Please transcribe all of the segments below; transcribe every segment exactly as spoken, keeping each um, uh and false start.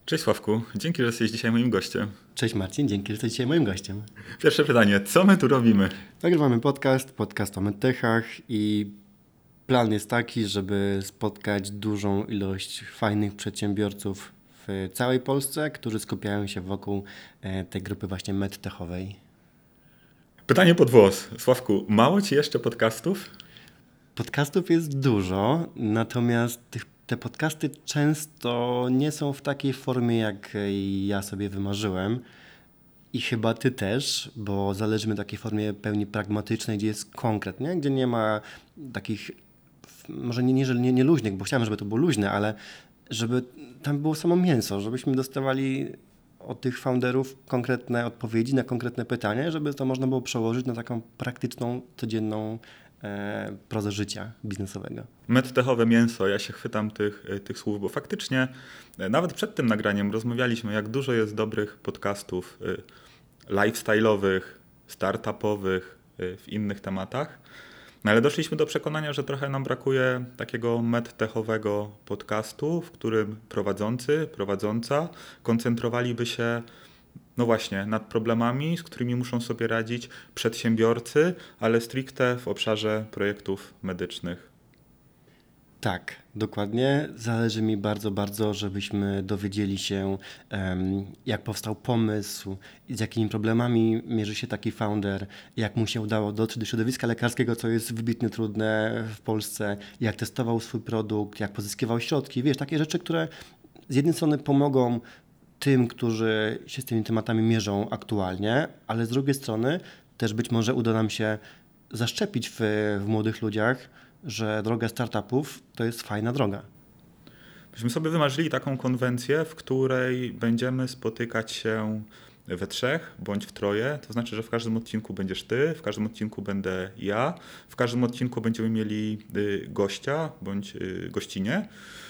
Cześć Sławku, dzięki, że jesteś dzisiaj moim gościem. Cześć Marcin, dzięki, że jesteś dzisiaj moim gościem. Pierwsze pytanie, co my tu robimy? Nagrywamy podcast, podcast o medtechach i plan jest taki, żeby spotkać dużą ilość fajnych przedsiębiorców w całej Polsce, którzy skupiają się wokół e, tej grupy właśnie medtechowej. Pytanie pod włos. Sławku, mało ci jeszcze podcastów? Podcastów jest dużo, natomiast tych, te podcasty często nie są w takiej formie, jak ja sobie wymarzyłem. I chyba ty też, bo zależy mi w takiej formie pełni pragmatycznej, gdzie jest konkret, nie? Gdzie nie ma takich, może nie, nie, nie, nie luźnych, bo chciałem, żeby to było luźne, ale żeby tam było samo mięso, żebyśmy dostawali od tych founderów konkretne odpowiedzi na konkretne pytania, żeby to można było przełożyć na taką praktyczną, codzienną e, prozę życia biznesowego. Medtechowe mięso, ja się chwytam tych, tych słów, bo faktycznie nawet przed tym nagraniem rozmawialiśmy, jak dużo jest dobrych podcastów lifestyle'owych, startupowych, w innych tematach. No ale doszliśmy do przekonania, że trochę nam brakuje takiego medtechowego podcastu, w którym prowadzący, prowadząca koncentrowaliby się no właśnie nad problemami, z którymi muszą sobie radzić przedsiębiorcy, ale stricte w obszarze projektów medycznych. Tak, dokładnie. Zależy mi bardzo, bardzo, żebyśmy dowiedzieli się, um, jak powstał pomysł, z jakimi problemami mierzy się taki founder, jak mu się udało dotrzeć do środowiska lekarskiego, co jest wybitnie trudne w Polsce, jak testował swój produkt, jak pozyskiwał środki. Wiesz, takie rzeczy, które z jednej strony pomogą tym, którzy się z tymi tematami mierzą aktualnie, ale z drugiej strony też być może uda nam się zaszczepić w, w młodych ludziach, że droga startupów to jest fajna droga. Myśmy sobie wymarzyli taką konwencję, w której będziemy spotykać się we trzech bądź w troje, to znaczy, że w każdym odcinku będziesz ty, w każdym odcinku będę ja, w każdym odcinku będziemy mieli gościa bądź gościnię.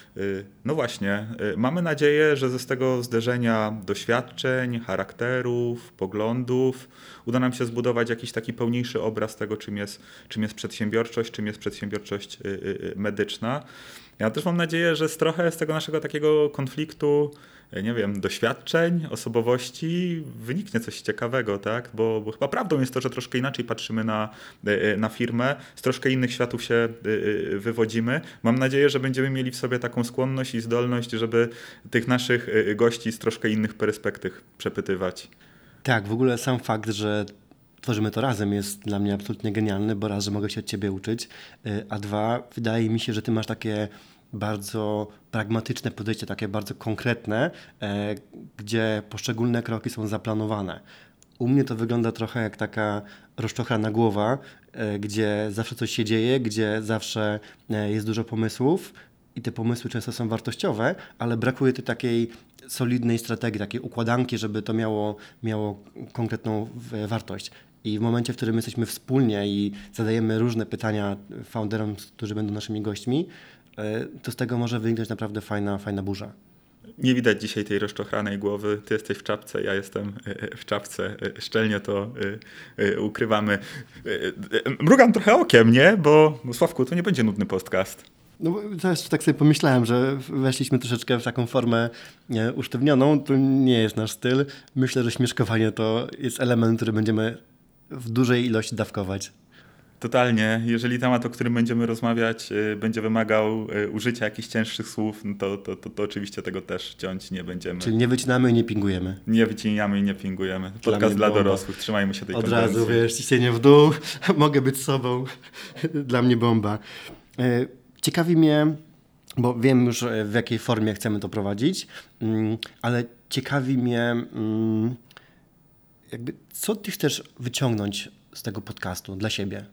No właśnie, mamy nadzieję, że z tego zderzenia doświadczeń, charakterów, poglądów uda nam się zbudować jakiś taki pełniejszy obraz tego, czym jest, czym jest przedsiębiorczość, czym jest przedsiębiorczość medyczna. Ja też mam nadzieję, że z trochę z tego naszego takiego konfliktu, nie wiem, doświadczeń, osobowości wyniknie coś ciekawego, tak? Bo, bo chyba prawdą jest to, że troszkę inaczej patrzymy na, na firmę, z troszkę innych światów się wywodzimy. Mam nadzieję, że będziemy mieli w sobie taką skłonność i zdolność, żeby tych naszych gości z troszkę innych perspektyw przepytywać. Tak, w ogóle sam fakt, że tworzymy to razem jest dla mnie absolutnie genialny, bo raz, że mogę się od ciebie uczyć, a dwa, wydaje mi się, że ty masz takie bardzo pragmatyczne podejście, takie bardzo konkretne, e, gdzie poszczególne kroki są zaplanowane. U mnie to wygląda trochę jak taka rozczochrana głowa, e, gdzie zawsze coś się dzieje, gdzie zawsze e, jest dużo pomysłów i te pomysły często są wartościowe, ale brakuje tu takiej solidnej strategii, takiej układanki, żeby to miało, miało konkretną wartość. I w momencie, w którym jesteśmy wspólnie i zadajemy różne pytania founderom, którzy będą naszymi gośćmi, to z tego może wyniknąć naprawdę fajna, fajna burza. Nie widać dzisiaj tej rozczochranej głowy. Ty jesteś w czapce, ja jestem w czapce. Szczelnie to ukrywamy. Mrugam trochę okiem, nie? Bo Sławku, to nie będzie nudny podcast. No też tak sobie pomyślałem, że weszliśmy troszeczkę w taką formę nie, usztywnioną. To nie jest nasz styl. Myślę, że śmieszkowanie to jest element, który będziemy w dużej ilości dawkować. Totalnie. Jeżeli temat, o którym będziemy rozmawiać, będzie wymagał użycia jakichś cięższych słów, no to, to, to, to oczywiście tego też ciąć nie będziemy. Czyli nie wycinamy i nie pingujemy. Nie wycinamy i nie pingujemy. Podcast dla, dla dorosłych. Trzymajmy się tej Od konwencji. razu, wiesz, ciśnienie w dół. Mogę być sobą. Dla mnie bomba. Ciekawi mnie, bo wiem już w jakiej formie chcemy to prowadzić, ale ciekawi mnie, jakby, co ty chcesz wyciągnąć z tego podcastu dla siebie?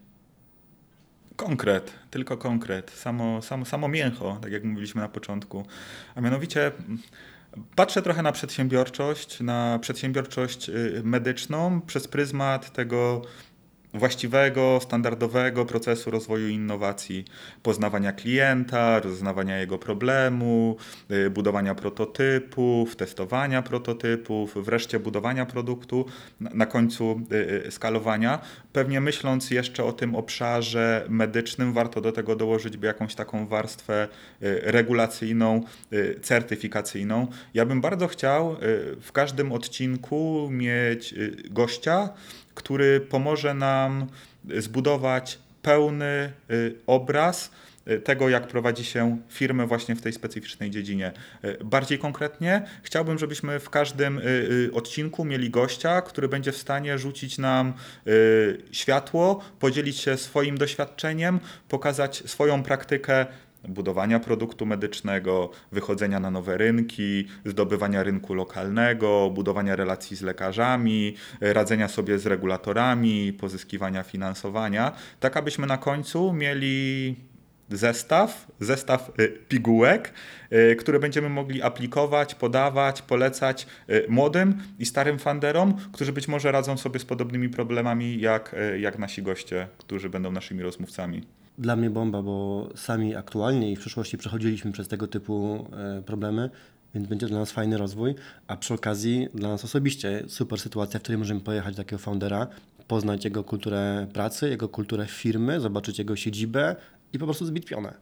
Konkret, tylko konkret, samo, samo, samo mięcho, tak jak mówiliśmy na początku. A mianowicie patrzę trochę na przedsiębiorczość, na przedsiębiorczość medyczną przez pryzmat tego właściwego, standardowego procesu rozwoju innowacji, poznawania klienta, rozznawania jego problemu, y, budowania prototypów, testowania prototypów, wreszcie budowania produktu, na, na końcu y, y, skalowania. Pewnie myśląc jeszcze o tym obszarze medycznym, warto do tego dołożyć by jakąś taką warstwę y, regulacyjną, y, certyfikacyjną. Ja bym bardzo chciał y, w każdym odcinku mieć y, gościa, który pomoże nam zbudować pełny y, obraz y, tego, jak prowadzi się firmę właśnie w tej specyficznej dziedzinie. Y, Bardziej konkretnie chciałbym, żebyśmy w każdym y, y, odcinku mieli gościa, który będzie w stanie rzucić nam y, światło, podzielić się swoim doświadczeniem, pokazać swoją praktykę budowania produktu medycznego, wychodzenia na nowe rynki, zdobywania rynku lokalnego, budowania relacji z lekarzami, radzenia sobie z regulatorami, pozyskiwania finansowania, tak abyśmy na końcu mieli zestaw, zestaw pigułek, które będziemy mogli aplikować, podawać, polecać młodym i starym funderom, którzy być może radzą sobie z podobnymi problemami jak, jak nasi goście, którzy będą naszymi rozmówcami. Dla mnie bomba, bo sami aktualnie i w przyszłości przechodziliśmy przez tego typu e, problemy, więc będzie dla nas fajny rozwój, a przy okazji dla nas osobiście super sytuacja, w której możemy pojechać do takiego foundera, poznać jego kulturę pracy, jego kulturę firmy, zobaczyć jego siedzibę i po prostu zbić pionę.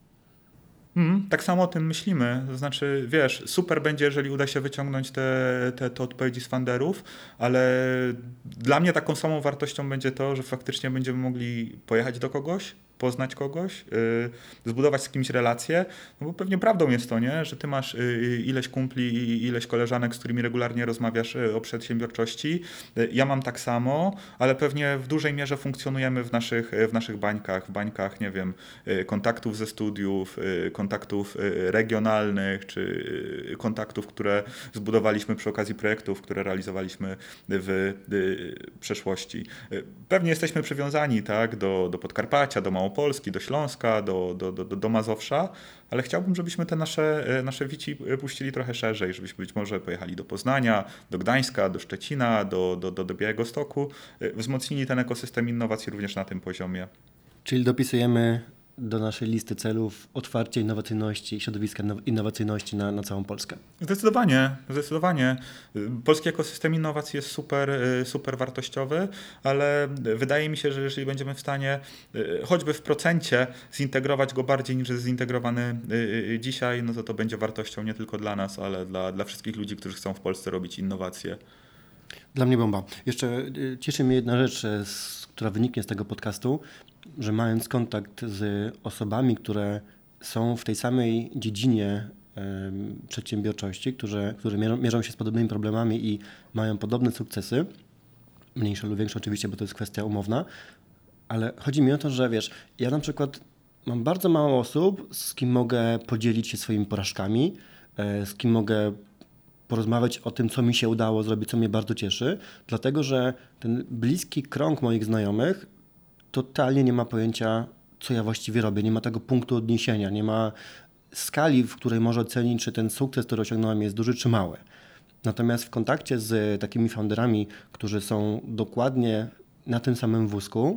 Mm, tak samo o tym myślimy. To znaczy, wiesz, super będzie, jeżeli uda się wyciągnąć te, te, te odpowiedzi z funderów, ale dla mnie taką samą wartością będzie to, że faktycznie będziemy mogli pojechać do kogoś, poznać kogoś, yy, zbudować z kimś relację, no bo pewnie prawdą jest to, nie? Że ty masz yy, ileś kumpli i ileś koleżanek, z którymi regularnie rozmawiasz yy, o przedsiębiorczości. Yy, ja mam tak samo, ale pewnie w dużej mierze funkcjonujemy w naszych, yy, w naszych bańkach, w bańkach, nie wiem, yy, kontaktów ze studiów, yy, kontaktów yy, regionalnych, czy yy, kontaktów, które zbudowaliśmy przy okazji projektów, które realizowaliśmy w yy, przeszłości. Yy, pewnie jesteśmy przywiązani, tak, do, do Podkarpacia, do Małopolski, do Śląska, do, do, do, do Mazowsza, ale chciałbym, żebyśmy te nasze, nasze wici puścili trochę szerzej, żebyśmy być może pojechali do Poznania, do Gdańska, do Szczecina, do, do, do, do Białegostoku, wzmocnili ten ekosystem innowacji również na tym poziomie. Czyli dopisujemy do naszej listy celów otwarcie innowacyjności, środowiska innowacyjności na, na całą Polskę. Zdecydowanie, zdecydowanie. Polski ekosystem innowacji jest super, super wartościowy, ale wydaje mi się, że jeżeli będziemy w stanie choćby w procencie zintegrować go bardziej niż jest zintegrowany dzisiaj, no to to będzie wartością nie tylko dla nas, ale dla, dla wszystkich ludzi, którzy chcą w Polsce robić innowacje. Dla mnie bomba. Jeszcze cieszy mnie jedna rzecz, która wyniknie z tego podcastu, że mając kontakt z osobami, które są w tej samej dziedzinie um, przedsiębiorczości, które, które mierzą, mierzą się z podobnymi problemami i mają podobne sukcesy, mniejsze lub większe oczywiście, bo to jest kwestia umowna, ale chodzi mi o to, że wiesz, ja na przykład mam bardzo mało osób, z kim mogę podzielić się swoimi porażkami, z kim mogę porozmawiać o tym, co mi się udało zrobić, co mnie bardzo cieszy, dlatego że ten bliski krąg moich znajomych totalnie nie ma pojęcia, co ja właściwie robię, nie ma tego punktu odniesienia, nie ma skali, w której może ocenić, czy ten sukces, który osiągnąłem, jest duży czy mały. Natomiast w kontakcie z takimi founderami, którzy są dokładnie na tym samym wózku,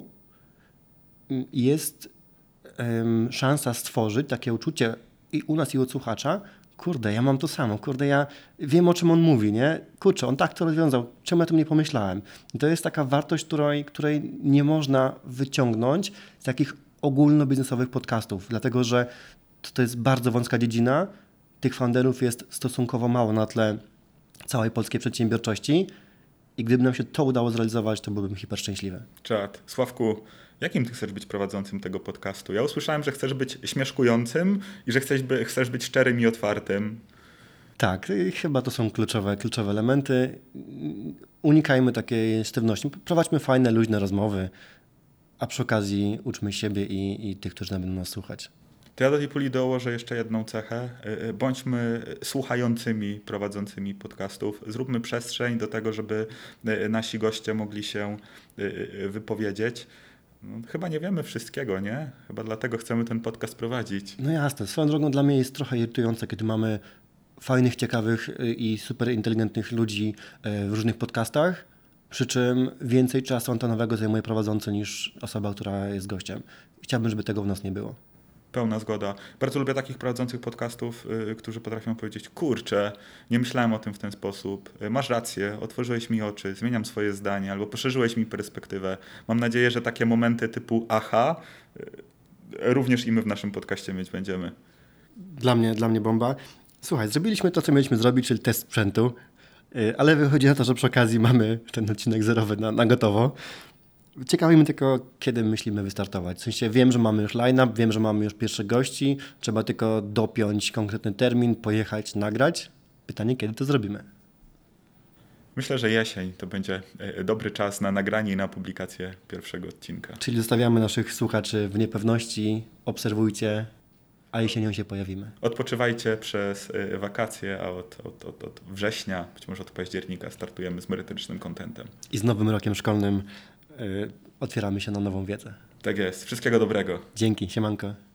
jest um, szansa stworzyć takie uczucie i u nas, i u słuchacza, kurde, ja mam to samo, kurde, ja wiem, o czym on mówi, nie? Kurczę, on tak to rozwiązał, czemu ja o tym nie pomyślałem? I to jest taka wartość, której, której nie można wyciągnąć z takich ogólnobiznesowych podcastów, dlatego że to, to jest bardzo wąska dziedzina, tych founderów jest stosunkowo mało na tle całej polskiej przedsiębiorczości i gdyby nam się to udało zrealizować, to byłbym hiper szczęśliwy. Czad. Sławku, jakim ty chcesz być prowadzącym tego podcastu? Ja usłyszałem, że chcesz być śmieszkującym i że chcesz, by, chcesz być szczerym i otwartym. Tak, chyba to są kluczowe, kluczowe elementy. Unikajmy takiej sztywności. Prowadźmy fajne, luźne rozmowy, a przy okazji uczmy siebie i, i tych, którzy będą nas słuchać. To ja do tej puli dołożę jeszcze jedną cechę. Bądźmy słuchającymi, prowadzącymi podcastów. Zróbmy przestrzeń do tego, żeby nasi goście mogli się wypowiedzieć. No, chyba nie wiemy wszystkiego, nie? Chyba dlatego chcemy ten podcast prowadzić. No jasne. Swoją drogą dla mnie jest trochę irytujące, kiedy mamy fajnych, ciekawych i super inteligentnych ludzi w różnych podcastach, Przy czym więcej czasu antenowego zajmuje prowadzący niż osoba, która jest gościem. Chciałbym, żeby tego w nas nie było. Pełna zgoda. Bardzo lubię takich prowadzących podcastów, yy, którzy potrafią powiedzieć, kurczę, nie myślałem o tym w ten sposób, yy, masz rację, otworzyłeś mi oczy, zmieniam swoje zdanie, albo poszerzyłeś mi perspektywę. Mam nadzieję, że takie momenty typu aha, yy, również i my w naszym podcaście mieć będziemy. Dla mnie, dla mnie bomba. Słuchaj, zrobiliśmy to, co mieliśmy zrobić, czyli test sprzętu, yy, ale wychodzi na to, że przy okazji mamy ten odcinek zerowy na, na gotowo. Ciekawi mnie tylko, kiedy myślimy wystartować. W sensie wiem, że mamy już line-up, wiem, że mamy już pierwszych gości, trzeba tylko dopiąć konkretny termin, pojechać, nagrać. Pytanie, kiedy to zrobimy? Myślę, że jesień to będzie yy, dobry czas na nagranie i na publikację pierwszego odcinka. Czyli zostawiamy naszych słuchaczy w niepewności, obserwujcie, a jesienią się pojawimy. Odpoczywajcie przez yy, wakacje, a od, od, od, od września, być może od października startujemy z merytorycznym kontentem. I z nowym rokiem szkolnym yy, otwieramy się na nową wiedzę. Tak jest. Wszystkiego dobrego. Dzięki, siemanko.